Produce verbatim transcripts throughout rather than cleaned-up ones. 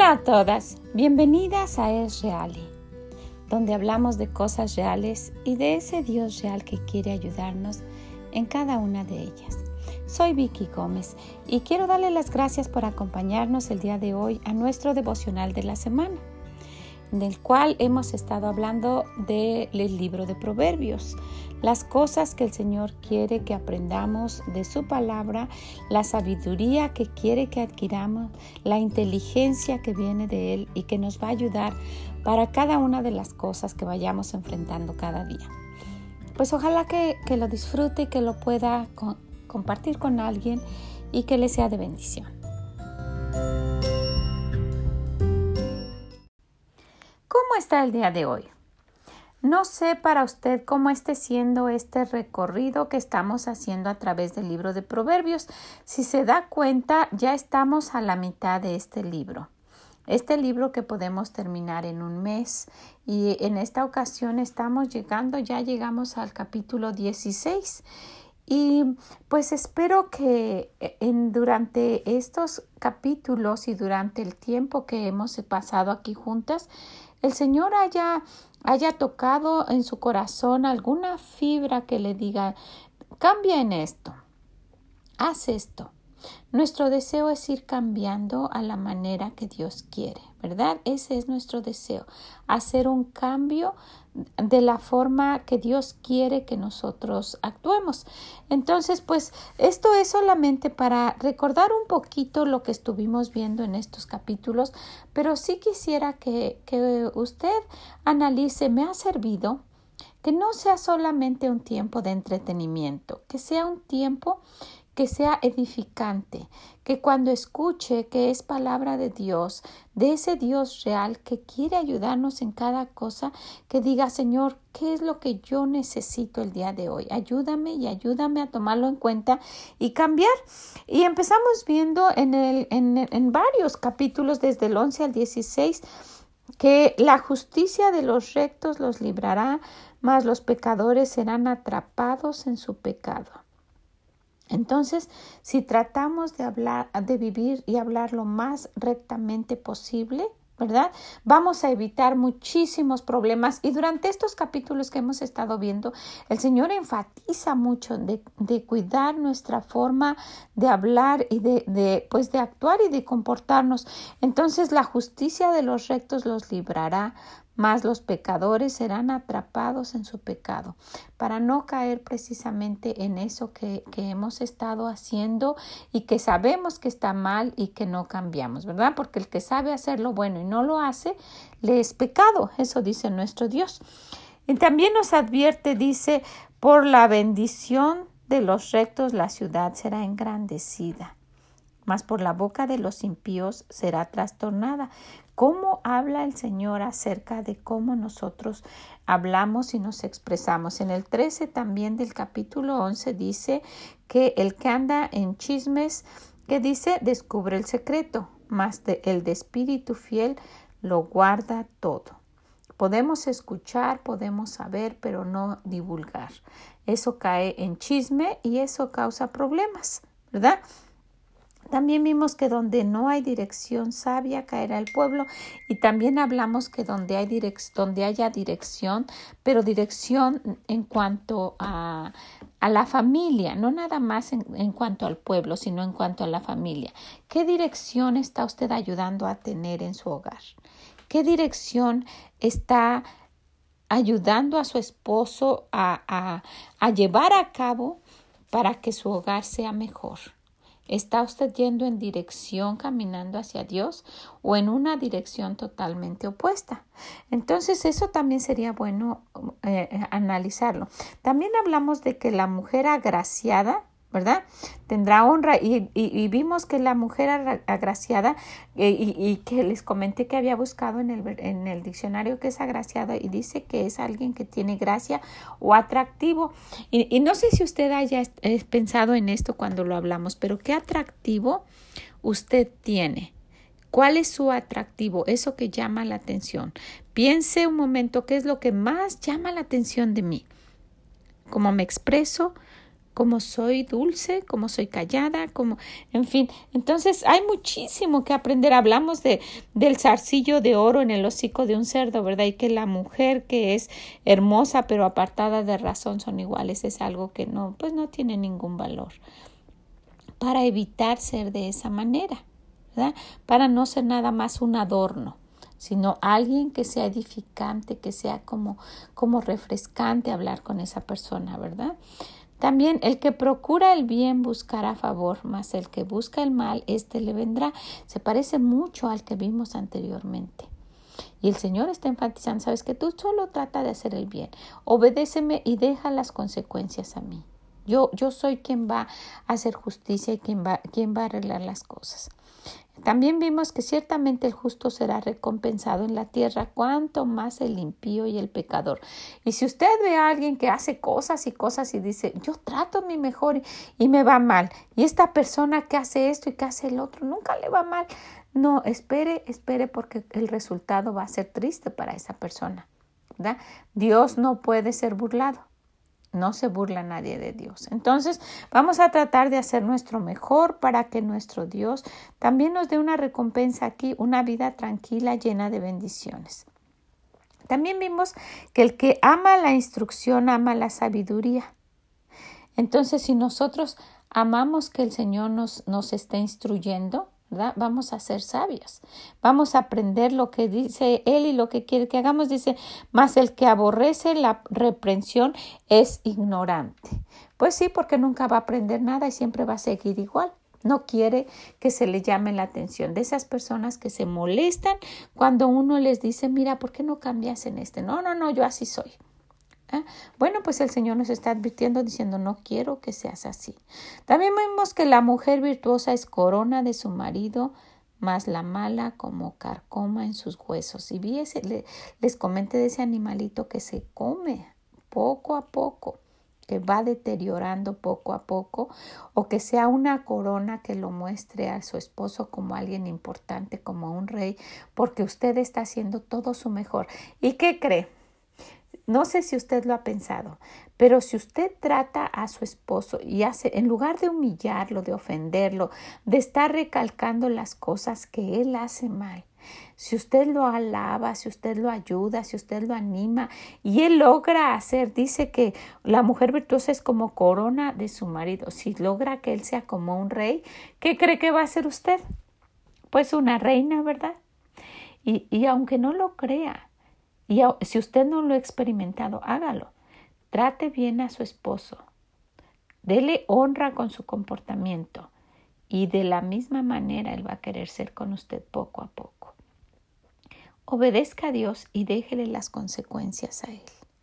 Hola a todas, bienvenidas a Es Reali, donde hablamos de cosas reales y de ese Dios real que quiere ayudarnos en cada una de ellas. Soy Vicky Gómez y quiero darle las gracias por acompañarnos el día de hoy a nuestro devocional de la semana, en el cual hemos estado hablando del libro de Proverbios, las cosas que el Señor quiere que aprendamos de su palabra, la sabiduría que quiere que adquiramos, la inteligencia que viene de Él y que nos va a ayudar para cada una de las cosas que vayamos enfrentando cada día. Pues ojalá que, que lo disfrute y que lo pueda co- compartir con alguien y que le sea de bendición. ¿Cómo está el día de hoy? No sé para usted cómo esté siendo este recorrido que estamos haciendo a través del libro de Proverbios. Si se da cuenta, ya estamos a la mitad de este libro. Este libro que podemos terminar en un mes y en esta ocasión estamos llegando, ya llegamos al capítulo dieciséis. Y pues espero que en, durante estos capítulos y durante el tiempo que hemos pasado aquí juntas, el Señor haya, haya tocado en su corazón alguna fibra que le diga, cambia en esto, haz esto. Nuestro deseo es ir cambiando a la manera que Dios quiere, ¿verdad? Ese es nuestro deseo, hacer un cambio de la forma que Dios quiere que nosotros actuemos. Entonces, pues, esto es solamente para recordar un poquito lo que estuvimos viendo en estos capítulos, pero sí quisiera que, que usted analice, ¿me ha servido? Que no sea solamente un tiempo de entretenimiento, que sea un tiempo que sea edificante, que cuando escuche que es palabra de Dios, de ese Dios real que quiere ayudarnos en cada cosa, que diga, Señor, ¿qué es lo que yo necesito el día de hoy? Ayúdame y ayúdame a tomarlo en cuenta y cambiar. Y empezamos viendo en, el, en, en varios capítulos, desde el once al dieciséis, que la justicia de los rectos los librará, mas los pecadores serán atrapados en su pecado. Entonces, si tratamos de hablar, de vivir y hablar lo más rectamente posible, ¿verdad? Vamos a evitar muchísimos problemas. Y durante estos capítulos que hemos estado viendo, el Señor enfatiza mucho de, de cuidar nuestra forma de hablar y de, de, pues de actuar y de comportarnos. Entonces, la justicia de los rectos los librará, mas los pecadores serán atrapados en su pecado, para no caer precisamente en eso que, que hemos estado haciendo y que sabemos que está mal y que no cambiamos, ¿verdad? Porque el que sabe hacer lo bueno y no lo hace, le es pecado, eso dice nuestro Dios. Y también nos advierte, dice, por la bendición de los rectos la ciudad será engrandecida, mas por la boca de los impíos será trastornada. ¿Cómo habla el Señor acerca de cómo nosotros hablamos y nos expresamos? En el trece también del capítulo once dice que el que anda en chismes, que dice, descubre el secreto, mas de, el de espíritu fiel lo guarda todo. Podemos escuchar, podemos saber, pero no divulgar. Eso cae en chisme y eso causa problemas, ¿verdad? También vimos que donde no hay dirección sabia caerá el pueblo, y también hablamos que donde hay direc- donde haya dirección, pero dirección en cuanto a, a la familia, no nada más en, en cuanto al pueblo, sino en cuanto a la familia. ¿Qué dirección está usted ayudando a tener en su hogar? ¿Qué dirección está ayudando a su esposo a, a, a llevar a cabo para que su hogar sea mejor? ¿Está usted yendo en dirección, caminando hacia Dios, o en una dirección totalmente opuesta? Entonces, eso también sería bueno eh, analizarlo. También hablamos de que la mujer agraciada, ¿verdad?, tendrá honra, y, y, y vimos que la mujer agraciada, eh, y, y que les comenté que había buscado en el, en el diccionario que es agraciada, y dice que es alguien que tiene gracia o atractivo. Y, y no sé si usted haya eh, pensado en esto cuando lo hablamos, pero ¿qué atractivo usted tiene? ¿Cuál es su atractivo? Eso que llama la atención. Piense un momento, ¿qué es lo que más llama la atención de mí? ¿Cómo me expreso? como soy dulce, como soy callada, como, en fin. Entonces hay muchísimo que aprender. Hablamos de, del zarcillo de oro en el hocico de un cerdo, ¿verdad? Y que la mujer que es hermosa pero apartada de razón son iguales. Es algo que no, pues no tiene ningún valor. Para evitar ser de esa manera, ¿verdad? Para no ser nada más un adorno, sino alguien que sea edificante, que sea como, como refrescante hablar con esa persona, ¿verdad? También el que procura el bien buscará favor, mas el que busca el mal, éste le vendrá. Se parece mucho al que vimos anteriormente. Y el Señor está enfatizando, sabes que tú solo trata de hacer el bien. Obedéceme y deja las consecuencias a mí. Yo, yo soy quien va a hacer justicia y quien va, quien va a arreglar las cosas. También vimos que ciertamente el justo será recompensado en la tierra, cuanto más el impío y el pecador. Y si usted ve a alguien que hace cosas y cosas y dice, yo trato mi mejor y, y me va mal, y esta persona que hace esto y que hace el otro, nunca le va mal. No, espere, espere porque el resultado va a ser triste para esa persona, ¿verdad? Dios no puede ser burlado. No se burla nadie de Dios. Entonces, vamos a tratar de hacer nuestro mejor para que nuestro Dios también nos dé una recompensa aquí, una vida tranquila, llena de bendiciones. También vimos que el que ama la instrucción, ama la sabiduría. Entonces, si nosotros amamos que el Señor nos, nos esté instruyendo, ¿verdad? Vamos a ser sabios, vamos a aprender lo que dice Él y lo que quiere que hagamos. Dice, mas el que aborrece la reprensión es ignorante. Pues sí, porque nunca va a aprender nada y siempre va a seguir igual. No quiere que se le llame la atención de esas personas que se molestan cuando uno les dice, mira, ¿por qué no cambias en este? No, no, no, yo así soy. ¿Eh? Bueno, pues el Señor nos está advirtiendo diciendo, no quiero que seas así. También vemos que la mujer virtuosa es corona de su marido, mas la mala como carcoma en sus huesos. Y vi ese, le, les comenté de ese animalito que se come poco a poco, que va deteriorando poco a poco, o que sea una corona que lo muestre a su esposo como alguien importante, como un rey, porque usted está haciendo todo su mejor. ¿Y qué cree? No sé si usted lo ha pensado, pero si usted trata a su esposo y hace, en lugar de humillarlo, de ofenderlo, de estar recalcando las cosas que él hace mal, si usted lo alaba, si usted lo ayuda, si usted lo anima y él logra hacer, dice que la mujer virtuosa es como corona de su marido. Si logra que él sea como un rey, ¿qué cree que va a hacer usted? Pues una reina, ¿verdad? Y, y aunque no lo crea, y si usted no lo ha experimentado, hágalo. Trate bien a su esposo. Dele honra con su comportamiento. Y de la misma manera él va a querer ser con usted poco a poco. Obedezca a Dios y déjele las consecuencias a Él.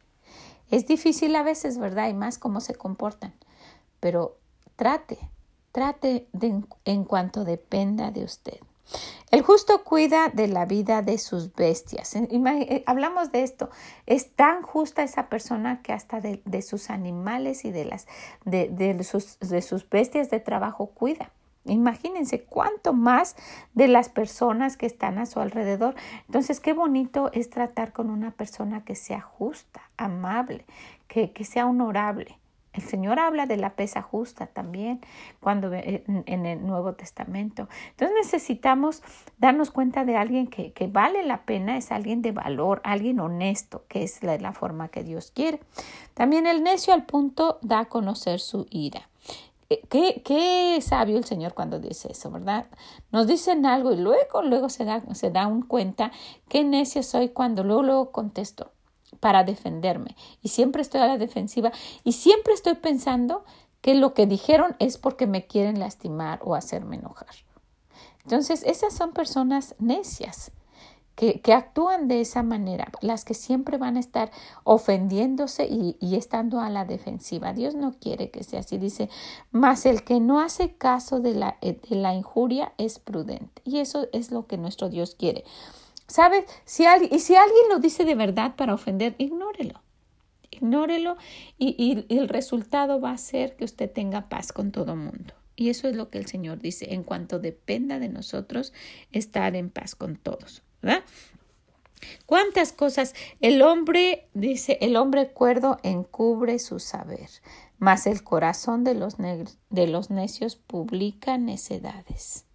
Es difícil a veces, ¿verdad? Y más cómo se comportan. Pero trate, trate de, en cuanto dependa de usted. El justo cuida de la vida de sus bestias. Hablamos de esto. Es tan justa esa persona que hasta de, de sus animales y de, las, de, de, sus, de sus bestias de trabajo cuida. Imagínense cuánto más de las personas que están a su alrededor. Entonces, qué bonito es tratar con una persona que sea justa, amable, que, que sea honorable. El Señor habla de la pesa justa también cuando en, en el Nuevo Testamento. Entonces necesitamos darnos cuenta de alguien que, que vale la pena, es alguien de valor, alguien honesto, que es la, la forma que Dios quiere. También el necio al punto da a conocer su ira. Qué, qué sabio el Señor cuando dice eso, ¿verdad? Nos dicen algo y luego, luego se da, se da un cuenta qué necio soy cuando luego, luego contesto para defenderme. Y siempre estoy a la defensiva y siempre estoy pensando que lo que dijeron es porque me quieren lastimar o hacerme enojar. Entonces, esas son personas necias que, que actúan de esa manera, las que siempre van a estar ofendiéndose y, y estando a la defensiva. Dios no quiere que sea así. Dice, mas el que no hace caso de la, de la injuria es prudente. Y eso es lo que nuestro Dios quiere. ¿Sabes? Si alguien, y si alguien lo dice de verdad para ofender, ignórelo. Ignórelo y, y, y el resultado va a ser que usted tenga paz con todo mundo. Y eso es lo que el Señor dice. En cuanto dependa de nosotros, estar en paz con todos, ¿verdad? ¿Cuántas cosas? El hombre, dice, el hombre cuerdo encubre su saber, mas el corazón de los, ne- de los necios publica necedades.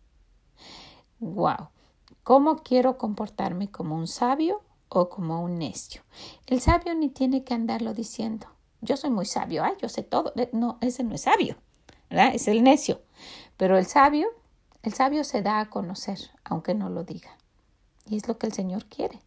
Wow. ¿Cómo quiero comportarme? ¿Como un sabio o como un necio? El sabio ni tiene que andarlo diciendo. Yo soy muy sabio, ay, yo sé todo. No, ese no es sabio, ¿verdad? Es el necio. Pero el sabio, el sabio se da a conocer, aunque no lo diga. Y es lo que el Señor quiere.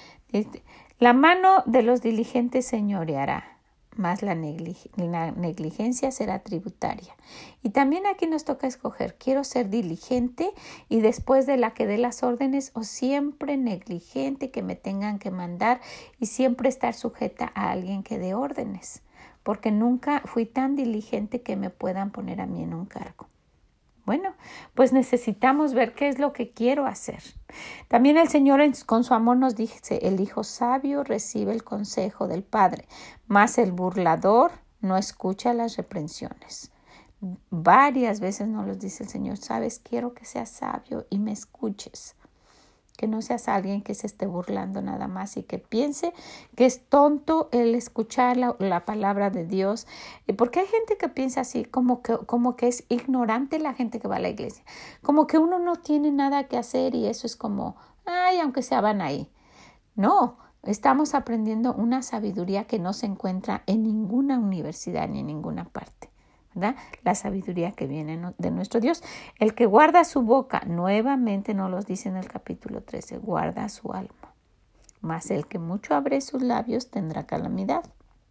La mano de los diligentes señoreará, mas la, neglig- la negligencia será tributaria. Y también aquí nos toca escoger, quiero ser diligente y después de la que dé las órdenes, o siempre negligente, que me tengan que mandar y siempre estar sujeta a alguien que dé órdenes, porque nunca fui tan diligente que me puedan poner a mí en un cargo. Bueno, pues necesitamos ver qué es lo que quiero hacer. También el Señor con su amor nos dice, el hijo sabio recibe el consejo del Padre, mas el burlador no escucha las reprensiones. Varias veces nos lo dice el Señor, sabes, quiero que seas sabio y me escuches. Que no seas alguien que se esté burlando nada más y que piense que es tonto el escuchar la, la palabra de Dios. Porque hay gente que piensa así, como que, como que es ignorante la gente que va a la iglesia. Como que uno no tiene nada que hacer y eso es como, ay, aunque sea van ahí. No, estamos aprendiendo una sabiduría que no se encuentra en ninguna universidad ni en ninguna parte. ¿Verdad? La sabiduría que viene de nuestro Dios. El que guarda su boca, nuevamente nos lo dice en el capítulo trece, guarda su alma. Mas el que mucho abre sus labios tendrá calamidad.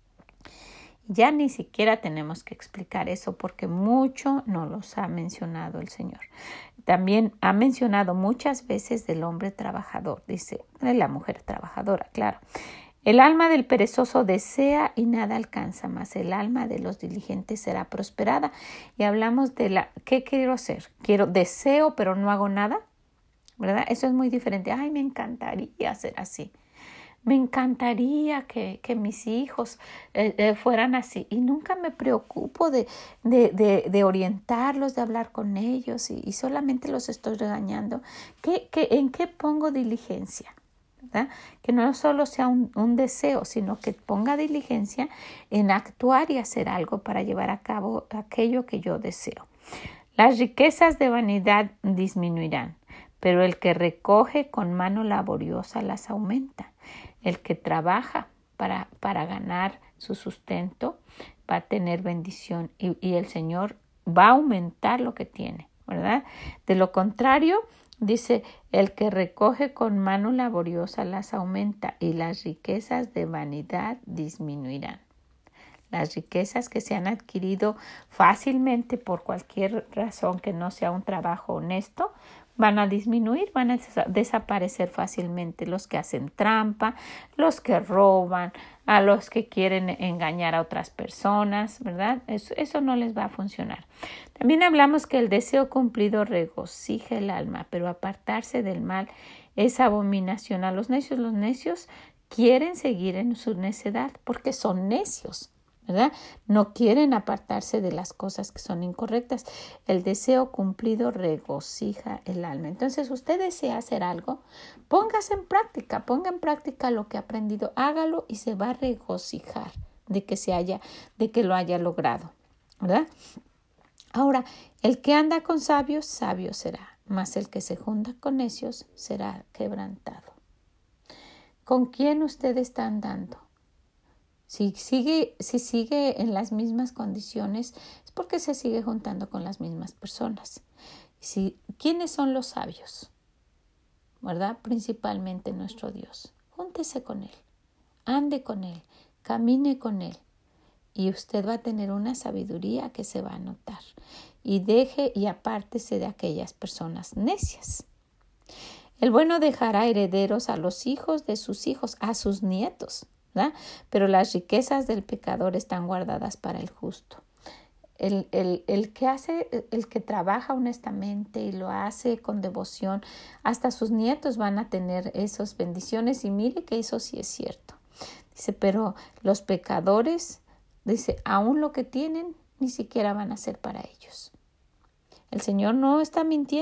Ya ni siquiera tenemos que explicar eso porque mucho nos los ha mencionado el Señor. También ha mencionado muchas veces del hombre trabajador, dice, de la mujer trabajadora, claro. El alma del perezoso desea y nada alcanza, mas el alma de los diligentes será prosperada. Y hablamos de la, ¿qué quiero hacer? Quiero, deseo, pero no hago nada, ¿verdad? Eso es muy diferente. Ay, me encantaría ser así. Me encantaría que, que mis hijos eh, eh, fueran así. Y nunca me preocupo de, de, de, de orientarlos, de hablar con ellos y, y solamente los estoy regañando. ¿Qué, qué, ¿En qué pongo diligencia? ¿Verdad? Que no solo sea un, un deseo, sino que ponga diligencia en actuar y hacer algo para llevar a cabo aquello que yo deseo. Las riquezas de vanidad disminuirán, pero el que recoge con mano laboriosa las aumenta. El que trabaja para, para ganar su sustento va a tener bendición y, y el Señor va a aumentar lo que tiene, ¿verdad? De lo contrario, dice, el que recoge con mano laboriosa las aumenta y las riquezas de vanidad disminuirán. Las riquezas que se han adquirido fácilmente por cualquier razón que no sea un trabajo honesto van a disminuir, van a desaparecer fácilmente. Los que hacen trampa, los que roban, a los que quieren engañar a otras personas, ¿verdad? Eso, eso no les va a funcionar. También hablamos que el deseo cumplido regocija el alma, pero apartarse del mal es abominación a los necios. Los necios quieren seguir en su necedad porque son necios, ¿verdad? No quieren apartarse de las cosas que son incorrectas. El deseo cumplido regocija el alma. Entonces, usted desea hacer algo, póngase en práctica, ponga en práctica lo que ha aprendido, hágalo y se va a regocijar de que se haya, de que lo haya logrado, ¿verdad? Ahora, el que anda con sabios, sabio será, mas el que se junta con necios será quebrantado. ¿Con quién usted está andando? Si sigue, si sigue en las mismas condiciones, es porque se sigue juntando con las mismas personas. Si, ¿quiénes son los sabios? ¿Verdad? Principalmente nuestro Dios. Júntese con Él, ande con Él, camine con Él. Y usted va a tener una sabiduría que se va a notar. Y deje y apártese de aquellas personas necias. El bueno dejará herederos a los hijos de sus hijos, a sus nietos, ¿verdad? Pero las riquezas del pecador están guardadas para el justo. El, el, el que hace, el que trabaja honestamente y lo hace con devoción, hasta sus nietos van a tener esas bendiciones. Y mire que eso sí es cierto. Dice, pero los pecadores, dice, aún lo que tienen, ni siquiera van a ser para ellos. El Señor no está mintiendo.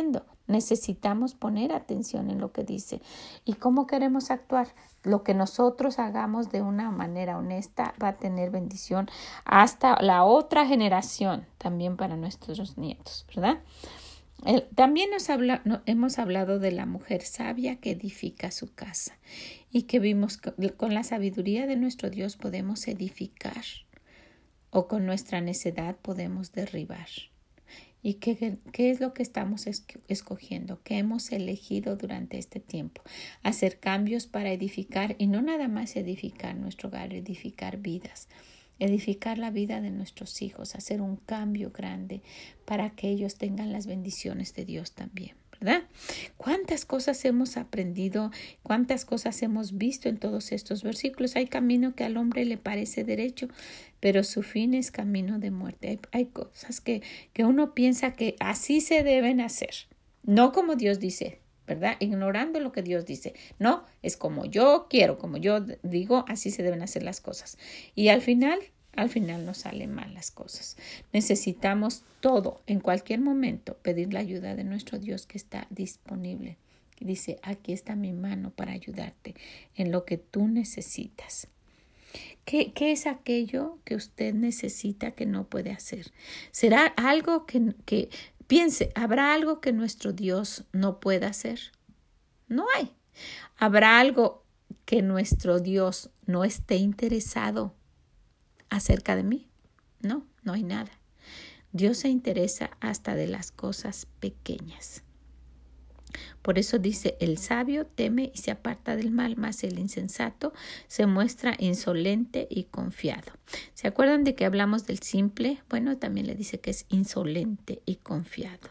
Necesitamos poner atención en lo que dice. ¿Y cómo queremos actuar? Lo que nosotros hagamos de una manera honesta va a tener bendición hasta la otra generación, también para nuestros nietos, ¿verdad? El, también nos habla, no, hemos hablado de la mujer sabia que edifica su casa y que vimos que con la sabiduría de nuestro Dios podemos edificar o con nuestra necedad podemos derribar. ¿Y qué, qué es lo que estamos escogiendo? ¿Qué hemos elegido durante este tiempo? Hacer cambios para edificar y no nada más edificar nuestro hogar, edificar vidas. Edificar la vida de nuestros hijos, hacer un cambio grande para que ellos tengan las bendiciones de Dios también, ¿verdad? ¿Cuántas cosas hemos aprendido? ¿Cuántas cosas hemos visto en todos estos versículos? Hay camino que al hombre le parece derecho, pero su fin es camino de muerte. Hay, hay cosas que, que uno piensa que así se deben hacer, no como Dios dice, ¿verdad? Ignorando lo que Dios dice. No, es como yo quiero, como yo digo, así se deben hacer las cosas. Y al final, al final nos salen mal las cosas. Necesitamos todo, en cualquier momento, pedir la ayuda de nuestro Dios que está disponible. Dice, aquí está mi mano para ayudarte en lo que tú necesitas. ¿Qué, ¿Qué es aquello que usted necesita que no puede hacer? ¿Será algo que... que Piense, ¿habrá algo que nuestro Dios no pueda hacer? No hay. ¿Habrá algo que nuestro Dios no esté interesado acerca de mí? No, no hay nada. Dios se interesa hasta de las cosas pequeñas. Por eso dice, el sabio teme y se aparta del mal, mas el insensato se muestra insolente y confiado. ¿Se acuerdan de que hablamos del simple? Bueno, también le dice que es insolente y confiado.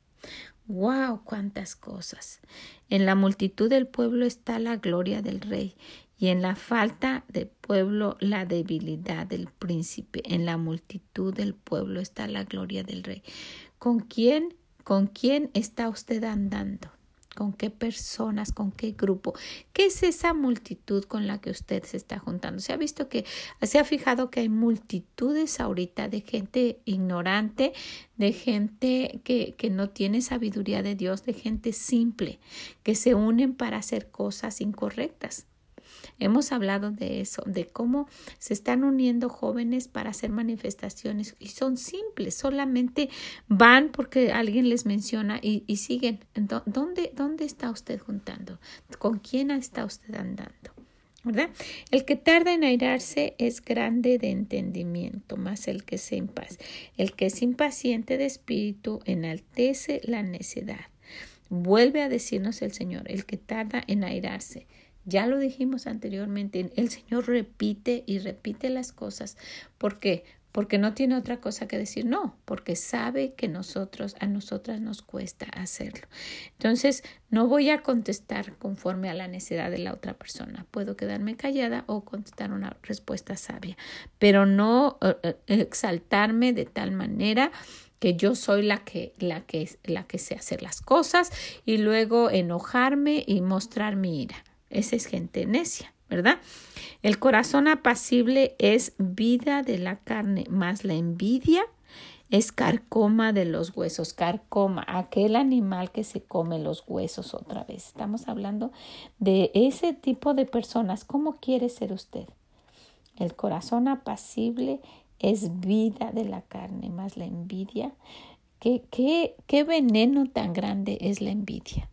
¡Wow! ¡Cuántas cosas! En la multitud del pueblo está la gloria del rey y en la falta del pueblo la debilidad del príncipe. En la multitud del pueblo está la gloria del rey. ¿Con quién, con quién está usted andando? ¿Con qué personas? ¿Con qué grupo? ¿Qué es esa multitud con la que usted se está juntando? Se ha visto que, se ha fijado que hay multitudes ahorita de gente ignorante, de gente que, que no tiene sabiduría de Dios, de gente simple, que se unen para hacer cosas incorrectas. Hemos hablado de eso, de cómo se están uniendo jóvenes para hacer manifestaciones y son simples, solamente van porque alguien les menciona y, y siguen. ¿Dónde, ¿Dónde está usted juntando? ¿Con quién está usted andando? ¿Verdad? El que tarda en airarse es grande de entendimiento, más el que se impaz. El que es impaciente de espíritu enaltece la necedad. Vuelve a decirnos el Señor, el que tarda en airarse. Ya lo dijimos anteriormente, el Señor repite y repite las cosas. ¿Por qué? Porque no tiene otra cosa que decir, no, porque sabe que nosotros, a nosotras nos cuesta hacerlo. Entonces, no voy a contestar conforme a la necesidad de la otra persona. Puedo quedarme callada o contestar una respuesta sabia, pero no uh, exaltarme de tal manera que yo soy la que, la que, la que sé hacer las cosas y luego enojarme y mostrar mi ira. Esa es gente necia, ¿verdad? El corazón apacible es vida de la carne, más la envidia es carcoma de los huesos. Carcoma, aquel animal que se come los huesos otra vez. Estamos hablando de ese tipo de personas. ¿Cómo quiere ser usted? El corazón apacible es vida de la carne, más la envidia. ¿Qué, qué, qué veneno tan grande es la envidia?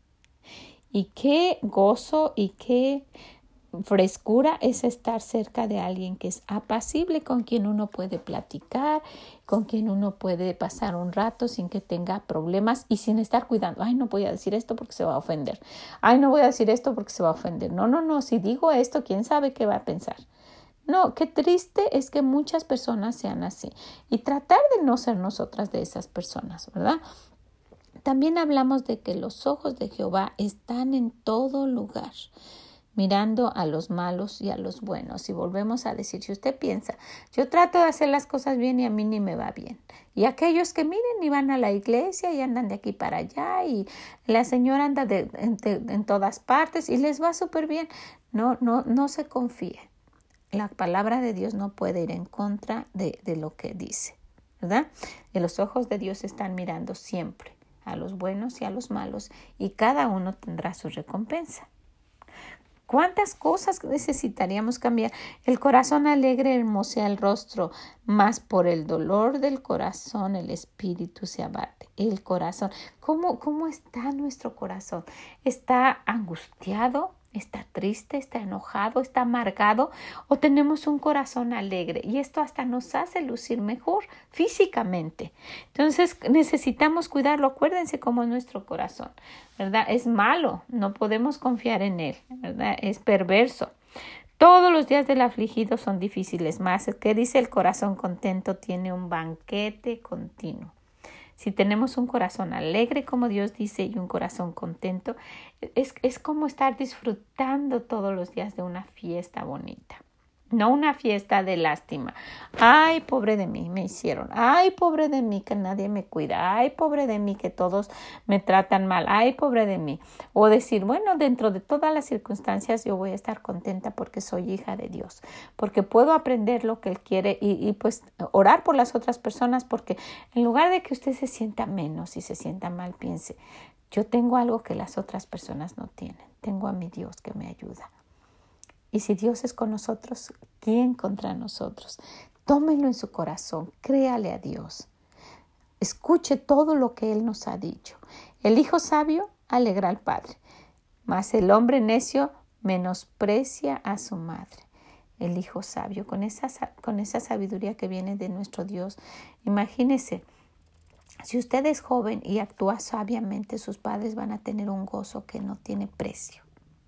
Y qué gozo y qué frescura es estar cerca de alguien que es apacible, con quien uno puede platicar, con quien uno puede pasar un rato sin que tenga problemas y sin estar cuidando. Ay, no voy a decir esto porque se va a ofender. Ay, no voy a decir esto porque se va a ofender. No, no, no. Si digo esto, ¿quién sabe qué va a pensar? No, qué triste es que muchas personas sean así. Y tratar de no ser nosotras de esas personas, ¿verdad? También hablamos de que los ojos de Jehová están en todo lugar, mirando a los malos y a los buenos. Y volvemos a decir, si usted piensa, yo trato de hacer las cosas bien y a mí ni me va bien. Y aquellos que miren y van a la iglesia y andan de aquí para allá y la señora anda de, de, de, en todas partes y les va súper bien. No, no, no se confíe. La palabra de Dios no puede ir en contra de, de lo que dice, ¿verdad? Y los ojos de Dios están mirando siempre a los buenos y a los malos, y cada uno tendrá su recompensa. ¿Cuántas cosas necesitaríamos cambiar? El corazón alegre hermosea el rostro, mas por el dolor del corazón el espíritu se abate. El corazón, ¿cómo, cómo está nuestro corazón? ¿Está angustiado? ¿Está triste? ¿Está enojado? ¿Está amargado? ¿O tenemos un corazón alegre? Y esto hasta nos hace lucir mejor físicamente. Entonces necesitamos cuidarlo. Acuérdense cómo es nuestro corazón, ¿verdad? Es malo, no podemos confiar en él, ¿verdad? Es perverso. Todos los días del afligido son difíciles, más el que dice el corazón contento tiene un banquete continuo. Si tenemos un corazón alegre, como Dios dice, y un corazón contento, es, es como estar disfrutando todos los días de una fiesta bonita. No una fiesta de lástima. Ay, pobre de mí, me hicieron. Ay, pobre de mí, que nadie me cuida. Ay, pobre de mí, que todos me tratan mal. Ay, pobre de mí. O decir, bueno, dentro de todas las circunstancias yo voy a estar contenta porque soy hija de Dios. Porque puedo aprender lo que Él quiere y, y pues orar por las otras personas, porque en lugar de que usted se sienta menos y se sienta mal, piense, yo tengo algo que las otras personas no tienen. Tengo a mi Dios que me ayuda. Y si Dios es con nosotros, ¿quién contra nosotros? Tómenlo en su corazón, créale a Dios. Escuche todo lo que Él nos ha dicho. El hijo sabio alegra al padre, mas el hombre necio menosprecia a su madre. El hijo sabio, con esa, con esa sabiduría que viene de nuestro Dios, imagínese, si usted es joven y actúa sabiamente, sus padres van a tener un gozo que no tiene precio.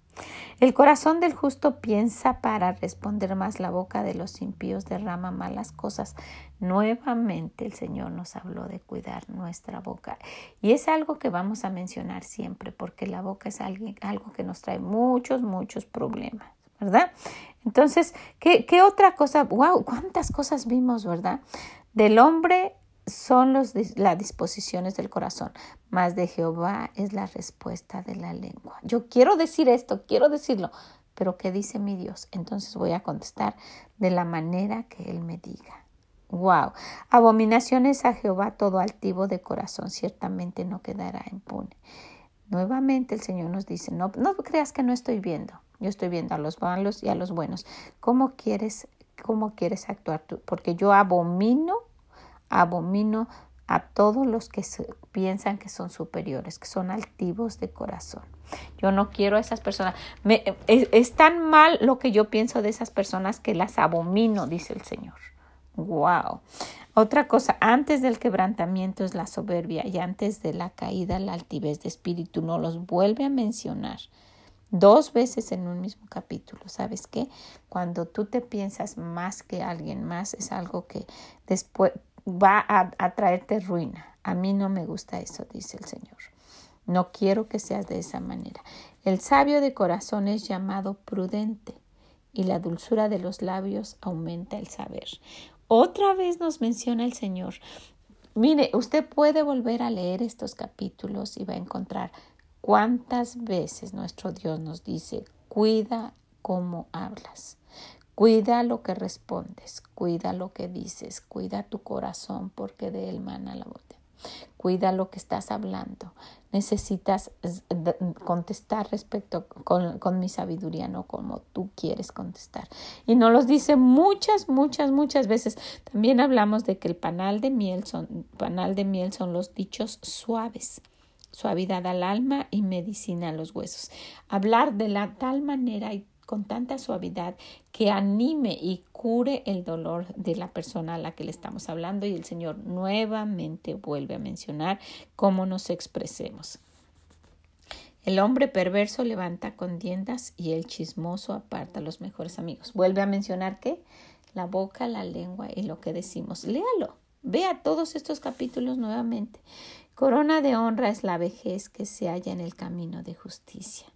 El corazón del justo piensa para responder, más la boca de los impíos derrama malas cosas. Nuevamente el Señor nos habló de cuidar nuestra boca. Y es algo que vamos a mencionar siempre, porque la boca es algo, algo que nos trae muchos, muchos problemas, ¿verdad? Entonces, ¿qué, qué otra cosa? ¡Wow! ¿Cuántas cosas vimos, verdad? Del hombre son los, las disposiciones del corazón, mas de Jehová es la respuesta de la lengua. Yo quiero decir esto, quiero decirlo, pero ¿qué dice mi Dios? Entonces voy a contestar de la manera que Él me diga. Wow. Abominaciones a Jehová todo altivo de corazón, ciertamente no quedará impune. Nuevamente el Señor nos dice, no, no creas que no estoy viendo, yo estoy viendo a los malos y a los buenos. ¿Cómo quieres, cómo quieres actuar tú? Porque yo abomino Abomino a todos los que se, piensan que son superiores, que son altivos de corazón. Yo no quiero a esas personas. Me, es, es tan mal lo que yo pienso de esas personas que las abomino, dice el Señor. Wow. Otra cosa, antes del quebrantamiento es la soberbia y antes de la caída la altivez de espíritu. No los vuelve a mencionar dos veces en un mismo capítulo. ¿Sabes qué? Cuando tú te piensas más que alguien más, es algo que después va a, a traerte ruina. A mí no me gusta eso, dice el Señor. No quiero que seas de esa manera. El sabio de corazón es llamado prudente y la dulzura de los labios aumenta el saber. Otra vez nos menciona el Señor. Mire, usted puede volver a leer estos capítulos y va a encontrar cuántas veces nuestro Dios nos dice, cuida cómo hablas. Cuida lo que respondes, cuida lo que dices, cuida tu corazón porque de él mana la boca. Cuida lo que estás hablando. Necesitas contestar respecto con, con mi sabiduría, no como tú quieres contestar. Y nos los dice muchas, muchas, muchas veces. También hablamos de que el panal de miel son, panal de miel son los dichos suaves. Suavidad al alma y medicina a los huesos. Hablar de la tal manera y con tanta suavidad que anime y cure el dolor de la persona a la que le estamos hablando. Y el Señor nuevamente vuelve a mencionar cómo nos expresemos. El hombre perverso levanta contiendas y el chismoso aparta a los mejores amigos. Vuelve a mencionar ¿qué? La boca, la lengua y lo que decimos. Léalo. Vea todos estos capítulos nuevamente. Corona de honra es la vejez que se halla en el camino de justicia.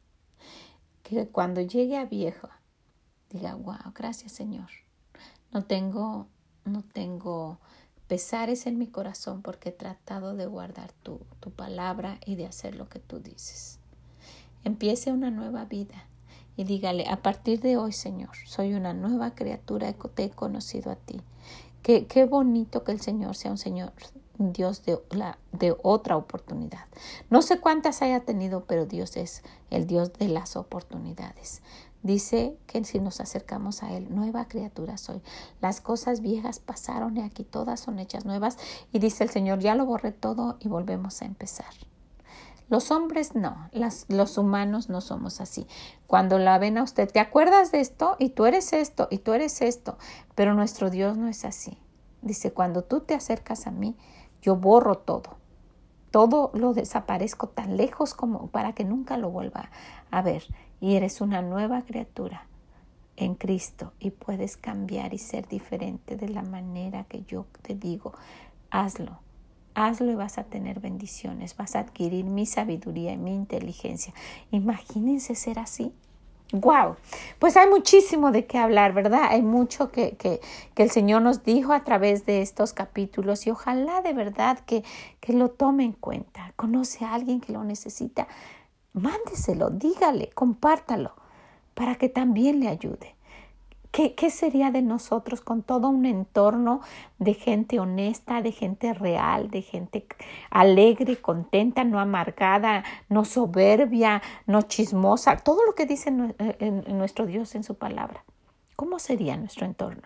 Que cuando llegue a viejo diga, wow, gracias Señor. No tengo, no tengo pesares en mi corazón porque he tratado de guardar tu, tu palabra y de hacer lo que tú dices. Empiece una nueva vida y dígale, a partir de hoy Señor, soy una nueva criatura, te he conocido a ti. Qué, qué bonito que el Señor sea un Señor un Dios de, la, de otra oportunidad. No sé cuántas haya tenido, pero Dios es el Dios de las oportunidades. Dice que si nos acercamos a Él, nueva criatura soy. Las cosas viejas pasaron y aquí todas son hechas nuevas. Y dice el Señor, ya lo borré todo y volvemos a empezar. Los hombres no, las, los humanos no somos así. Cuando la ven a usted, ¿te acuerdas de esto? Y tú eres esto, y tú eres esto. Pero nuestro Dios no es así. Dice, cuando tú te acercas a mí, yo borro todo. Todo lo desaparezco tan lejos como para que nunca lo vuelva a ver. Y eres una nueva criatura en Cristo y puedes cambiar y ser diferente de la manera que yo te digo. Hazlo, hazlo y vas a tener bendiciones. Vas a adquirir mi sabiduría y mi inteligencia. Imagínense ser así. ¡Wow! Pues hay muchísimo de qué hablar, ¿verdad? Hay mucho que, que, que el Señor nos dijo a través de estos capítulos y ojalá de verdad que, que lo tome en cuenta. Conoce a alguien que lo necesita, mándeselo, dígale, compártalo para que también le ayude. ¿Qué, ¿Qué sería de nosotros con todo un entorno de gente honesta, de gente real, de gente alegre, contenta, no amargada, no soberbia, no chismosa? Todo lo que dice nuestro Dios en su palabra. ¿Cómo sería nuestro entorno?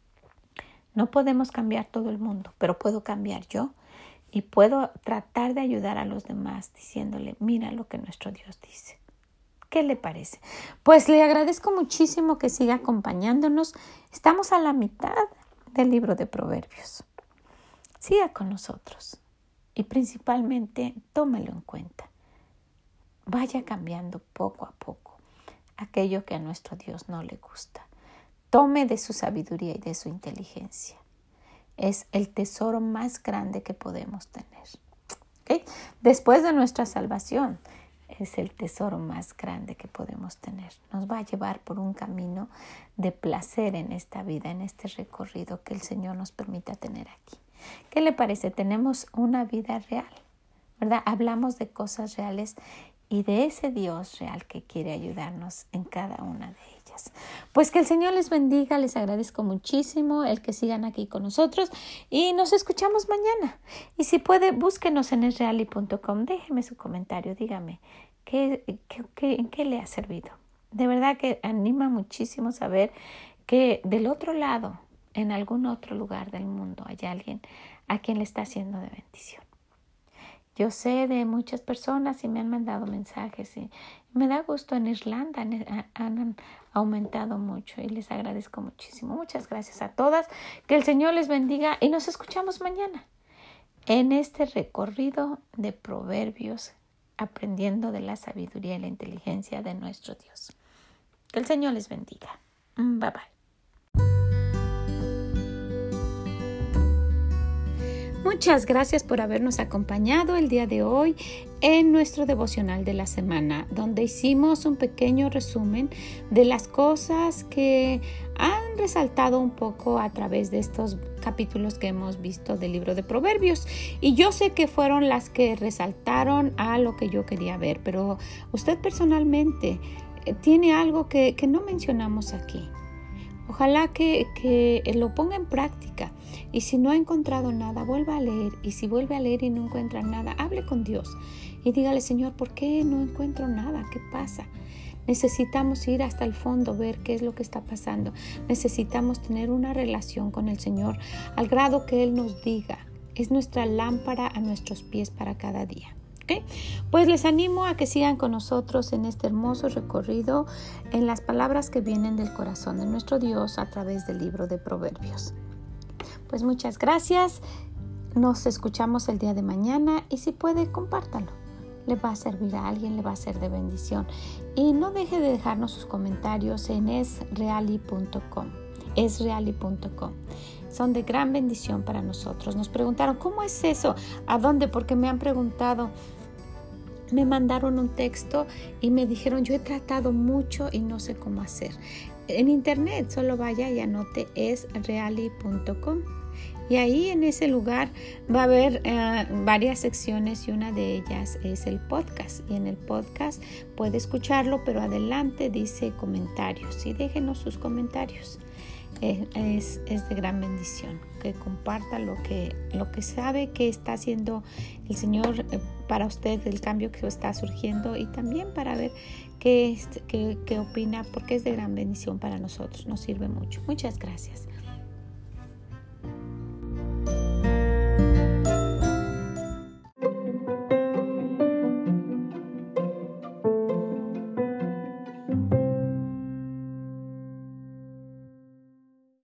No podemos cambiar todo el mundo, pero puedo cambiar yo y puedo tratar de ayudar a los demás diciéndole, mira lo que nuestro Dios dice. ¿Qué le parece? Pues le agradezco muchísimo que siga acompañándonos. Estamos a la mitad del libro de Proverbios. Siga con nosotros y principalmente tómelo en cuenta. Vaya cambiando poco a poco aquello que a nuestro Dios no le gusta. Tome de su sabiduría y de su inteligencia. Es el tesoro más grande que podemos tener. ¿Okay? Después de nuestra salvación, es el tesoro más grande que podemos tener. Nos va a llevar por un camino de placer en esta vida, en este recorrido que el Señor nos permita tener aquí. ¿Qué le parece? Tenemos una vida real, ¿verdad? Hablamos de cosas reales y de ese Dios real que quiere ayudarnos en cada una de ellas. Pues que el Señor les bendiga, les agradezco muchísimo el que sigan aquí con nosotros y nos escuchamos mañana. Y si puede, búsquenos en es reali punto com, déjeme su comentario, dígame ¿qué, qué, qué, en qué le ha servido. De verdad que anima muchísimo saber que del otro lado, en algún otro lugar del mundo, hay alguien a quien le está haciendo de bendición. Yo sé de muchas personas y me han mandado mensajes y me da gusto. En Irlanda han, han aumentado mucho y les agradezco muchísimo. Muchas gracias a todas. Que el Señor les bendiga y nos escuchamos mañana en este recorrido de Proverbios, aprendiendo de la sabiduría y la inteligencia de nuestro Dios. Que el Señor les bendiga. Bye bye. Muchas gracias por habernos acompañado el día de hoy en nuestro devocional de la semana, donde hicimos un pequeño resumen de las cosas que han resaltado un poco a través de estos capítulos que hemos visto del libro de Proverbios. Y yo sé que fueron las que resaltaron a lo que yo quería ver, pero usted personalmente tiene algo que, que no mencionamos aquí. Ojalá que, que lo ponga en práctica y si no ha encontrado nada, vuelva a leer, y si vuelve a leer y no encuentra nada, hable con Dios y dígale, Señor, ¿por qué no encuentro nada? ¿Qué pasa? Necesitamos ir hasta el fondo, ver qué es lo que está pasando. Necesitamos tener una relación con el Señor al grado que Él nos diga. Es nuestra lámpara a nuestros pies para cada día. ¿Okay? Pues les animo a que sigan con nosotros en este hermoso recorrido en las palabras que vienen del corazón de nuestro Dios a través del libro de Proverbios. Pues muchas gracias. Nos escuchamos el día de mañana y si puede, compártalo. Le va a servir a alguien, le va a ser de bendición. Y no deje de dejarnos sus comentarios en es reali punto com. es reali punto com. Son de gran bendición para nosotros. Nos preguntaron, ¿cómo es eso? ¿A dónde? Porque me han preguntado. Me mandaron un texto y me dijeron, yo he tratado mucho y no sé cómo hacer. En internet, solo vaya y anote es reali punto com. Y ahí en ese lugar va a haber uh, varias secciones y una de ellas es el podcast. Y en el podcast puede escucharlo, pero adelante dice comentarios y déjenos sus comentarios. eh, es, es de gran bendición. Que comparta lo que, lo que sabe que está haciendo el Señor eh, para usted, el cambio que está surgiendo, y también para ver qué, qué, qué opina, porque es de gran bendición para nosotros, nos sirve mucho. Muchas gracias.